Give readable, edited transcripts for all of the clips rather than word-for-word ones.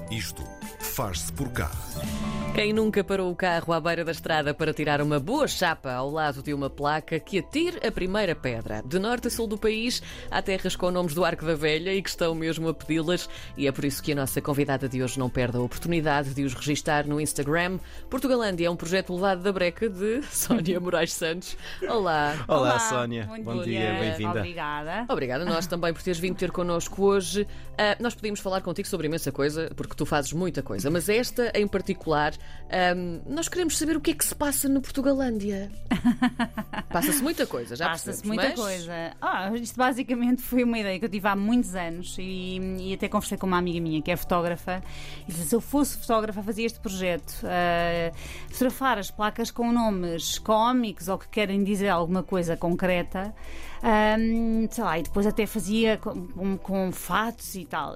Isto faz-se por cá. Quem nunca parou o carro à beira da estrada para tirar uma boa chapa ao lado de uma placa que atire a primeira pedra? De norte a sul do país, há terras com nomes do Arco da Velha e que estão mesmo a pedi-las, e é por isso que a nossa convidada de hoje não perde a oportunidade de os registar no Instagram. Portugalândia é um projeto levado da breca de Sónia Moraes Santos. Olá. Olá, Sónia. Muito Bom dia, bem-vinda. Obrigada. Obrigada a nós também por teres vindo ter connosco hoje. Nós podíamos falar contigo sobre imensa coisa, porque tu fazes muita coisa, mas esta em particular, nós queremos saber o que é que se passa no Portugalândia. Passa-se muita coisa, já Passa-se percebes, muita mas... coisa. Isto basicamente foi uma ideia que eu tive há muitos anos e até conversei com uma amiga minha que é fotógrafa e disse: se eu fosse fotógrafa fazia este projeto, fotografar as placas com nomes cómicos ou que querem dizer alguma coisa concreta, sei lá, e depois até fazia com fatos e tal.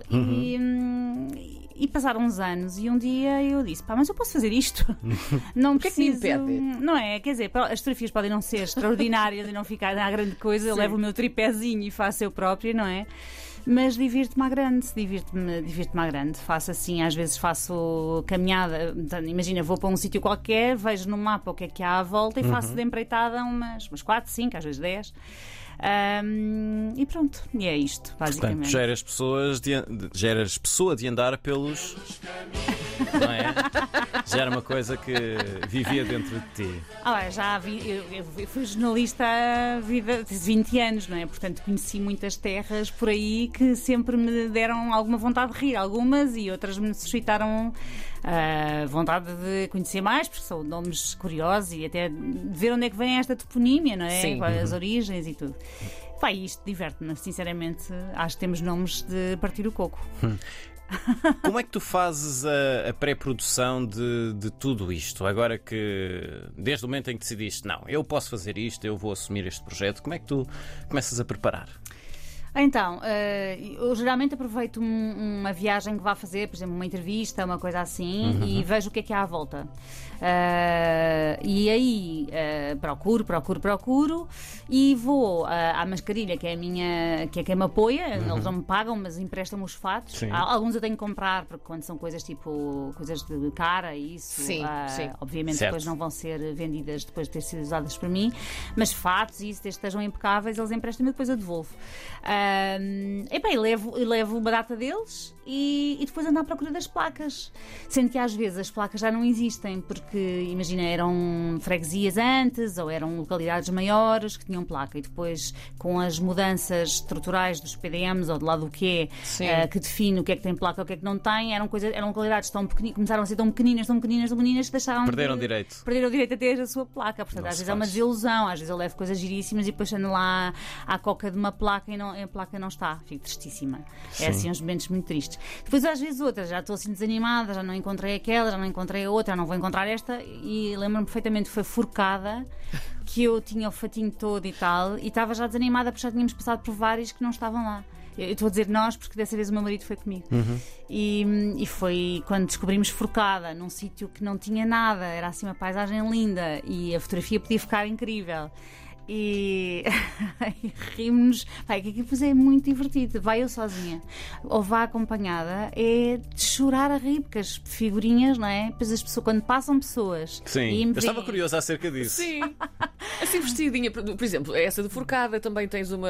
E passaram uns anos e um dia eu disse: pá, mas eu posso fazer isto? Não que é que me preciso. impede? Não é? Quer dizer, as fotografias podem não ser extraordinárias e não ficar na grande coisa. Eu levo o meu tripézinho e faço eu própria, não é? Mas divirto-me à grande, divirto-me à grande. Faço assim, às vezes faço caminhada. Imagina, vou para um sítio qualquer, vejo no mapa o que é que há à volta e faço de empreitada umas 4, 5, às vezes 10. E pronto, e é isto, basicamente. Portanto, já eras pessoa de andar pelos. Não é? Já era uma coisa que vivia dentro de ti. Eu fui jornalista há 20 anos, não é? Portanto, conheci muitas terras por aí que sempre me deram alguma vontade de rir, algumas, e outras me suscitaram vontade de conhecer mais, porque são nomes curiosos e até de ver onde é que vem esta toponímia, não é? Sim. As origens e tudo. Pá, isto diverte-me, sinceramente. Acho que temos nomes de partir o coco. Como é que tu fazes a pré-produção de tudo isto? Agora que, desde o momento em que decidiste, não, eu posso fazer isto, eu vou assumir este projeto, como é que tu começas a preparar? Então, eu geralmente aproveito uma viagem que vá fazer, por exemplo, uma entrevista, uma coisa assim, e vejo o que é à volta. E aí procuro e vou à Mascarilha, que é a minha, que é quem me apoia. Eles não me pagam, mas emprestam-me os fatos. Sim. Alguns eu tenho que comprar, porque quando são coisas tipo coisas de cara e isso, Sim. obviamente Certo. depois não vão ser vendidas depois de ter sido usadas por mim, mas fatos e isso, desde que estejam impecáveis, eles emprestam-me e depois eu devolvo. E levo uma data deles e depois ando à procura das placas, sendo que às vezes as placas já não existem, porque imagina, eram freguesias antes ou eram localidades maiores que tinham placa, e depois com as mudanças estruturais dos PDMs ou de lá do que que define o que é que tem placa e o que é que não tem, eram localidades tão pequeninas, começaram a ser tão pequeninas que deixaram Perderam o direito a ter a sua placa. Portanto, Não às se vezes é uma faz. desilusão, às vezes eu levo coisas giríssimas e depois ando lá à coca de uma placa e a placa não está, fico tristíssima. É assim uns momentos muito tristes. Depois às vezes outras, já estou assim desanimada, já não encontrei aquela, já não encontrei a outra, já não vou encontrar esta, e lembro-me perfeitamente, foi forcada, que eu tinha o fatinho todo e tal, e estava já desanimada porque já tínhamos passado por vários que não estavam lá. Eu estou a dizer nós porque dessa vez o meu marido foi comigo. E foi quando descobrimos forcada num sítio que não tinha nada, era assim uma paisagem linda e a fotografia podia ficar incrível. E rimos-nos. Que depois é muito divertido. Vai eu sozinha ou vá acompanhada, é de chorar a rir, porque as figurinhas, não é? Depois as pessoas, quando passam pessoas. Sim, eu estava curiosa acerca disso. Sim. Assim vestidinha, por exemplo, essa de forcada, também tens uma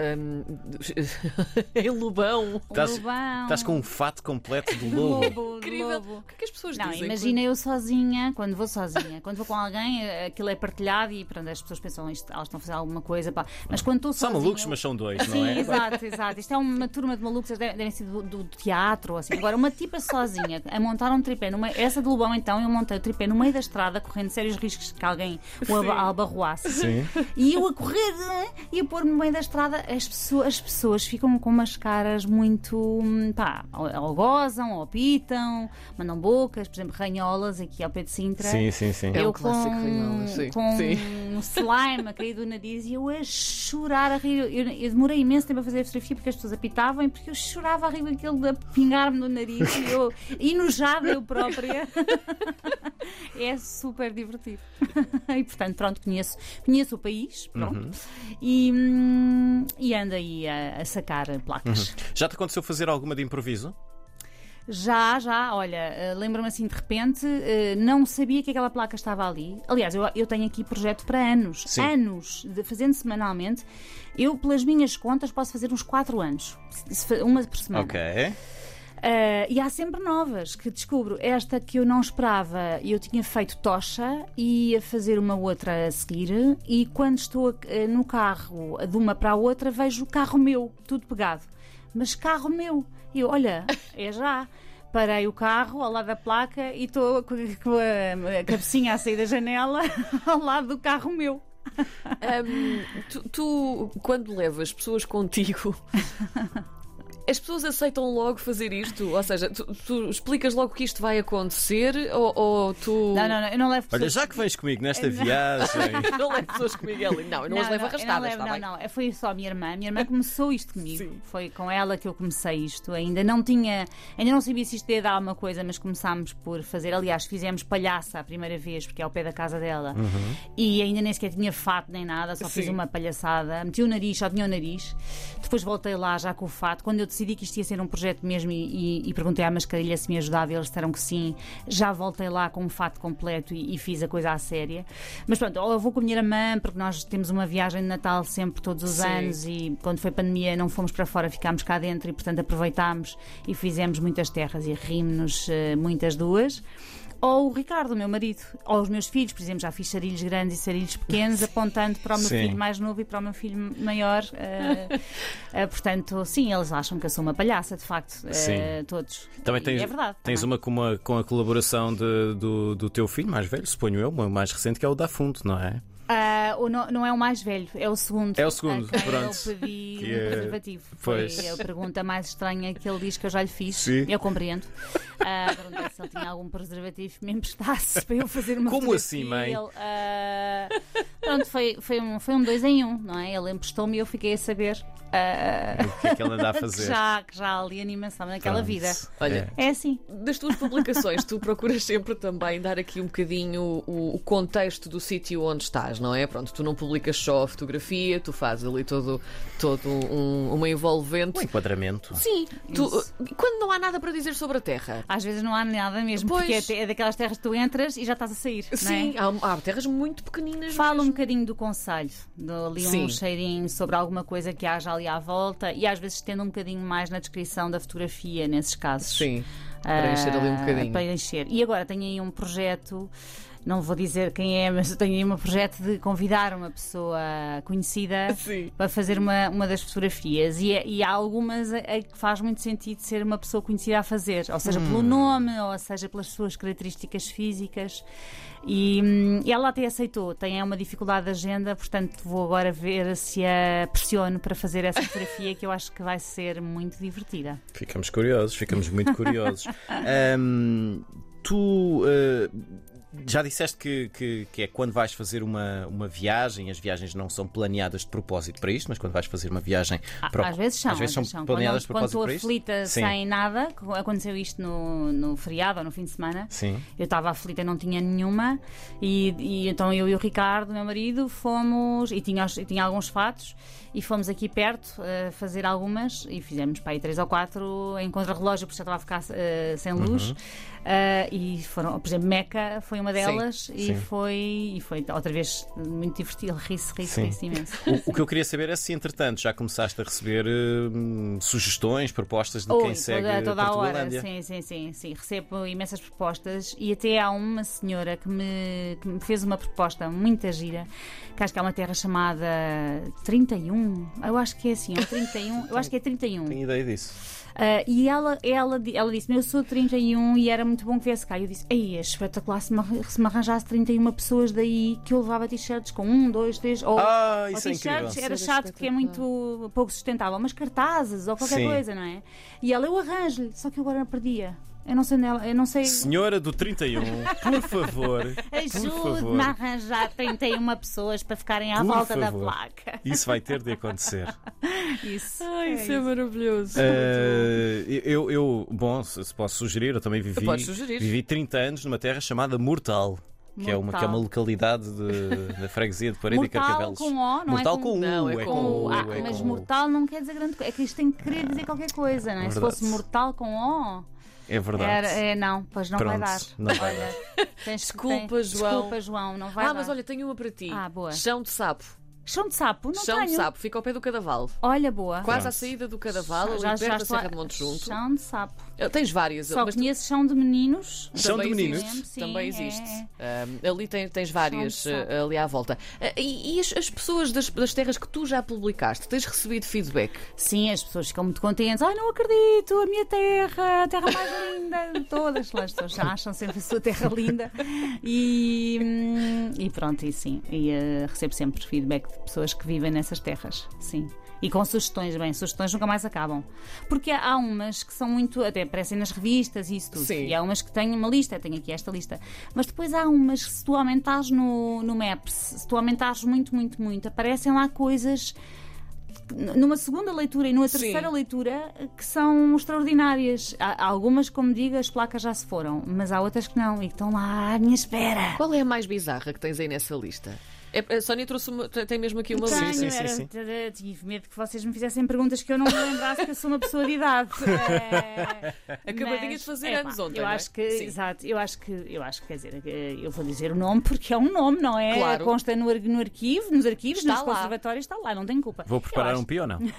em Lobão. Estás com um fato completo de lobo. Incrível. O que é que as pessoas Não, dizem? imagina eu sozinha, quando vou sozinha, quando vou com alguém, aquilo é partilhado e pronto, as pessoas pensam isto, elas estão a fazer alguma coisa, pá. Mas quando estou São sozinha. malucos, mas são dois, não Sim, é? exato. Isto é uma turma de malucos, eles devem ser do teatro ou assim. Agora, uma tipa sozinha a montar um tripé, essa de Lobão, então, eu montei o tripé no meio da estrada, correndo sérios riscos que alguém o abarroasse. Sim. E eu a correr e a pôr-me no meio da estrada, as pessoas ficam com umas caras muito, pá, ou gozam, ou pitam, mandam bocas, por exemplo, ranholas aqui ao pé de Sintra. Sim. É Eu um clássico, ranholas, sim. com Sim. um slime a cair do nariz e eu a chorar, a rir. Eu demorei imenso tempo a fazer a fotografia porque as pessoas apitavam e porque eu chorava a rir com aquilo de pingar-me no nariz e eu enojada eu própria. É super divertido. E portanto, pronto, conheço o país, pronto, e ando aí a sacar placas. Já te aconteceu fazer alguma de improviso? Já, olha, lembro-me assim de repente, não sabia que aquela placa estava ali. Aliás, eu tenho aqui projeto para anos, Sim. fazendo semanalmente. Eu, pelas minhas contas, posso fazer uns 4 anos, uma por semana. Ok. E há sempre novas que descubro. Esta que eu não esperava, eu tinha feito tocha e ia fazer uma outra a seguir. E quando estou no carro de uma para a outra, vejo o carro meu, tudo pegado. Mas carro meu. E eu, olha, é já. Parei o carro ao lado da placa e estou com a cabecinha a sair da janela ao lado do carro meu. Tu, quando levas pessoas contigo, as pessoas aceitam logo fazer isto? Ou seja, tu explicas logo que isto vai acontecer ou tu. Não, eu não levo pessoas. Olha, já que vens comigo nesta viagem. Não levo pessoas comigo ali. Não, eu não as levo arrastadas. Não, foi só a minha irmã. Minha irmã começou isto comigo. Sim. Foi com ela que eu comecei isto. Ainda não sabia se isto ia dar alguma coisa, mas começámos por fazer. Aliás, fizemos palhaça a primeira vez, porque é ao pé da casa dela. E ainda nem sequer tinha fato nem nada, só fiz Sim. uma palhaçada. Meti o nariz, só tinha o nariz. Depois voltei lá já com o fato. Quando eu decidi que isto ia ser um projeto mesmo e perguntei à mascarilha se me ajudava e eles disseram que sim, já voltei lá com um fato completo e fiz a coisa à séria. Mas pronto, eu vou com a minha irmã porque nós temos uma viagem de Natal sempre, todos os Sim. anos, e quando foi pandemia não fomos para fora, ficámos cá dentro e portanto aproveitámos e fizemos muitas terras e rimos-nos muitas duas. Ou o Ricardo, o meu marido, ou os meus filhos, por exemplo, já fiz sarilhos grandes e sarilhos pequenos, apontando para o meu Sim. filho mais novo e para o meu filho maior. Portanto, sim, eles acham que eu sou uma palhaça, de facto, Sim. todos. Também E é verdade. tens também. uma com a colaboração do teu filho mais velho, suponho eu, o mais recente, que é o da Fundo, não é? Não é o mais velho, é o segundo. É o segundo, a quem pronto. Eu pedi Que um é- preservativo. Pois. Foi a pergunta mais estranha que ele diz que eu já lhe fiz. Sim. Eu compreendo. Perguntei se ele tinha algum preservativo que me emprestasse para eu fazer uma Como fotografia. assim, mãe? Ele, pronto, foi um 2 em 1, não é? Ele emprestou-me e eu fiquei a saber O que é que ele anda a que fazer? já há ali animação naquela Pronto. vida. Olha, É assim. das tuas publicações, tu procuras sempre também dar aqui um bocadinho o contexto do sítio onde estás, não é? Pronto, tu não publicas só a fotografia, tu fazes ali todo uma envolvente. O enquadramento. Sim, Isso. quando não há nada para dizer sobre a Terra. Às vezes não há nada mesmo, Pois. porque é daquelas terras que tu entras e já estás a sair. Sim, Não é? há terras muito pequeninas. Fala um mesmo. bocadinho do conselho, dou ali Sim. um cheirinho sobre alguma coisa que haja ali à volta e às vezes estendo um bocadinho mais na descrição da fotografia nesses casos. Sim, para encher ali um bocadinho. Para encher. E agora tenho aí um projeto, não vou dizer quem é, mas tenho aí um projeto de convidar uma pessoa conhecida Sim. para fazer uma das fotografias. E há algumas que faz muito sentido ser uma pessoa conhecida a fazer, ou seja, pelo nome, ou seja, pelas suas características físicas. E ela até aceitou, tem uma dificuldade de agenda, portanto vou agora ver se a pressiono para fazer essa fotografia que eu acho que vai ser muito divertida. Ficamos curiosos, ficamos muito curiosos. Tu já disseste que é quando vais fazer uma viagem, as viagens não são planeadas de propósito para isto, mas quando vais fazer uma viagem. Às vezes são. planeadas de Quando propósito estou para isto? aflita Sim. sem nada, aconteceu isto no feriado ou no fim de semana. Sim. Eu estava aflita, não tinha nenhuma, e então eu e o Ricardo, meu marido, fomos, e tinha alguns fatos, e fomos aqui perto fazer algumas, e fizemos para aí 3 ou 4 em contra-relógio, porque já estava a ficar sem luz. E foram, por exemplo, Meca foi uma delas, e sim. foi outra vez muito divertido, ri-se imenso. O que eu queria saber é se, entretanto, já começaste a receber sugestões, propostas de quem segue toda a hora, Portugalândia. sim. Recebo imensas propostas e até há uma senhora que me fez uma proposta muito gira, que acho que é uma terra chamada 31. Eu acho que é assim, ou 31. Eu acho que é 31. Tenho ideia disso. E ela disse-me: eu sou 31 e era muito bom que viesse cá. E eu disse: ei, é espetacular se me arranjasse 31 pessoas daí, que eu levava t-shirts com 1, 2, 3 ou Isso é incrível. t-shirts. Era Era chato porque é muito pouco sustentável, mas cartazes ou qualquer Sim. coisa, não é? E ela: eu arranjo-lhe, só que eu agora perdia. Eu não sei nela, eu não sei. Senhora do 31, por favor. Ajude-me a arranjar 31 pessoas para ficarem à Por volta da favor. placa. Isso vai ter de acontecer. Isso. Isso é maravilhoso. Bom, se posso sugerir, eu também Podes sugerir. vivi 30 anos numa terra chamada Mortal. Que é uma localidade da freguesia de Parede e Mortal Carcavelos. com O, não Mortal é com com U. Não, é com U. é Mas com U. mortal não quer dizer grande coisa. É que isto tem que querer dizer qualquer coisa, não é? Se Verdade. fosse mortal com O. É verdade. Não, pois não Pronto, vai dar. não vai Olha, Desculpa, João. Desculpa, João, não vai dar. Mas olha, tenho uma para ti. Boa. Chão de sapo. Chão de sapo, não Chão tenho. de sapo, fica ao pé do Cadaval. Olha, boa. Quase Pronto. à saída do Cadaval, ali Já perto da estou Serra de Monte Junto. Chão de sapo. Tens várias. Só mas conheço chão de meninos. Chão de também meninos? existe. Sim, Também existe. é. Ali tens várias Chão de sapo. ali à volta. E as pessoas das terras que tu já publicaste, tens recebido feedback? Sim, as pessoas ficam muito contentes. Ai, não acredito, a minha terra, a terra mais linda de todas. As pessoas já acham sempre a sua terra linda. E pronto, e sim. Recebo sempre feedback de pessoas que vivem nessas terras. Sim. E com sugestões, sugestões nunca mais acabam. Porque há umas que são muito, até aparecem nas revistas e isso tudo. Sim. E há umas que têm uma lista, tenho aqui esta lista. Mas depois há umas que, se tu aumentares no Maps, se tu aumentares muito, muito, muito, aparecem lá coisas numa segunda leitura e numa terceira leitura que são extraordinárias. Há algumas, como digo, as placas já se foram, mas há outras que não e que estão lá à minha espera. Qual é a mais bizarra que tens aí nessa lista? A Sónia tem mesmo aqui uma Tenho, lista. Sim. Tive medo que vocês me fizessem perguntas que eu não me lembrasse, que eu sou uma pessoa de idade. Acabadinha de fazer anos ontem. Eu não é? acho que, Sim. exato, eu acho que, quer dizer, eu vou dizer o nome porque é um nome, não é? Claro. Consta no arquivo, nos arquivos, Está nos lá. conservatórios, está lá, não tenho culpa. Vou preparar Eu um pio ou não?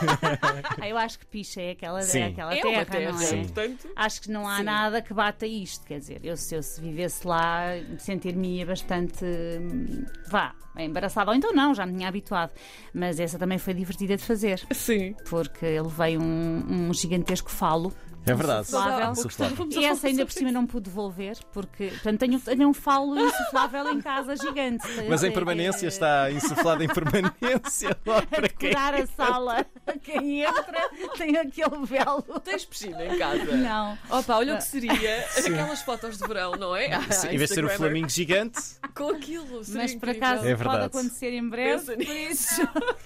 eu acho que Picha é aquela, Sim. aquela É uma terra, não é? terra, portanto. Acho que não há Sim. nada que bata isto, quer dizer, se eu vivesse lá, sentir-me bastante, embaraçada, ou então não, já me tinha habituado, mas essa também foi divertida de fazer, Sim. porque eu levei um gigantesco falo. É verdade. Insuflável. Insuflável. E essa ainda por cima não pude devolver, porque portanto, tenho um falo insuflável em casa gigante. Mas em permanência, está insuflado em permanência. Lá para quem? Decorar a sala, quem entra tem aquele velo. Tens piscina em casa? Não. Opa, olha o que seria aquelas fotos de verão, não é? Em vez de ser o Flamingo gigante. Com aquilo. seria Mas por incrível. acaso É pode verdade. acontecer em breve, Pensa por nisso. isso.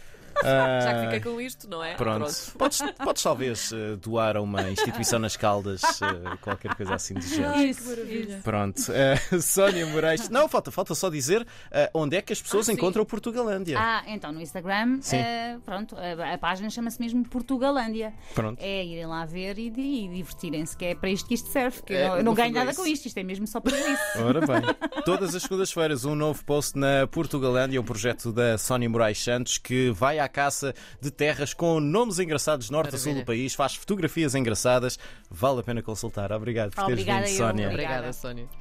Já que fiquei com isto, não é? Pronto. Podes talvez doar a uma instituição nas Caldas, qualquer coisa assim do género. Isso. Pronto. Sónia Moraes. Não, falta só dizer onde é que as pessoas sim. encontram Portugalândia. Então no Instagram, Sim. pronto, a página chama-se mesmo Portugalândia. Pronto. É irem lá ver e divertirem-se, que é para isto que isto serve. Que É, eu não no ganho fundo é nada isso. com isto é mesmo só para isso. Ora bem, todas as segundas-feiras um novo post na Portugalândia, um projeto da Sónia Moraes Santos que vai à caça de terras com nomes engraçados norte a sul do país, faz fotografias engraçadas, vale a pena consultar. Obrigado por teres Obrigada vindo, eu. Sónia. Obrigada. Obrigada, Sónia.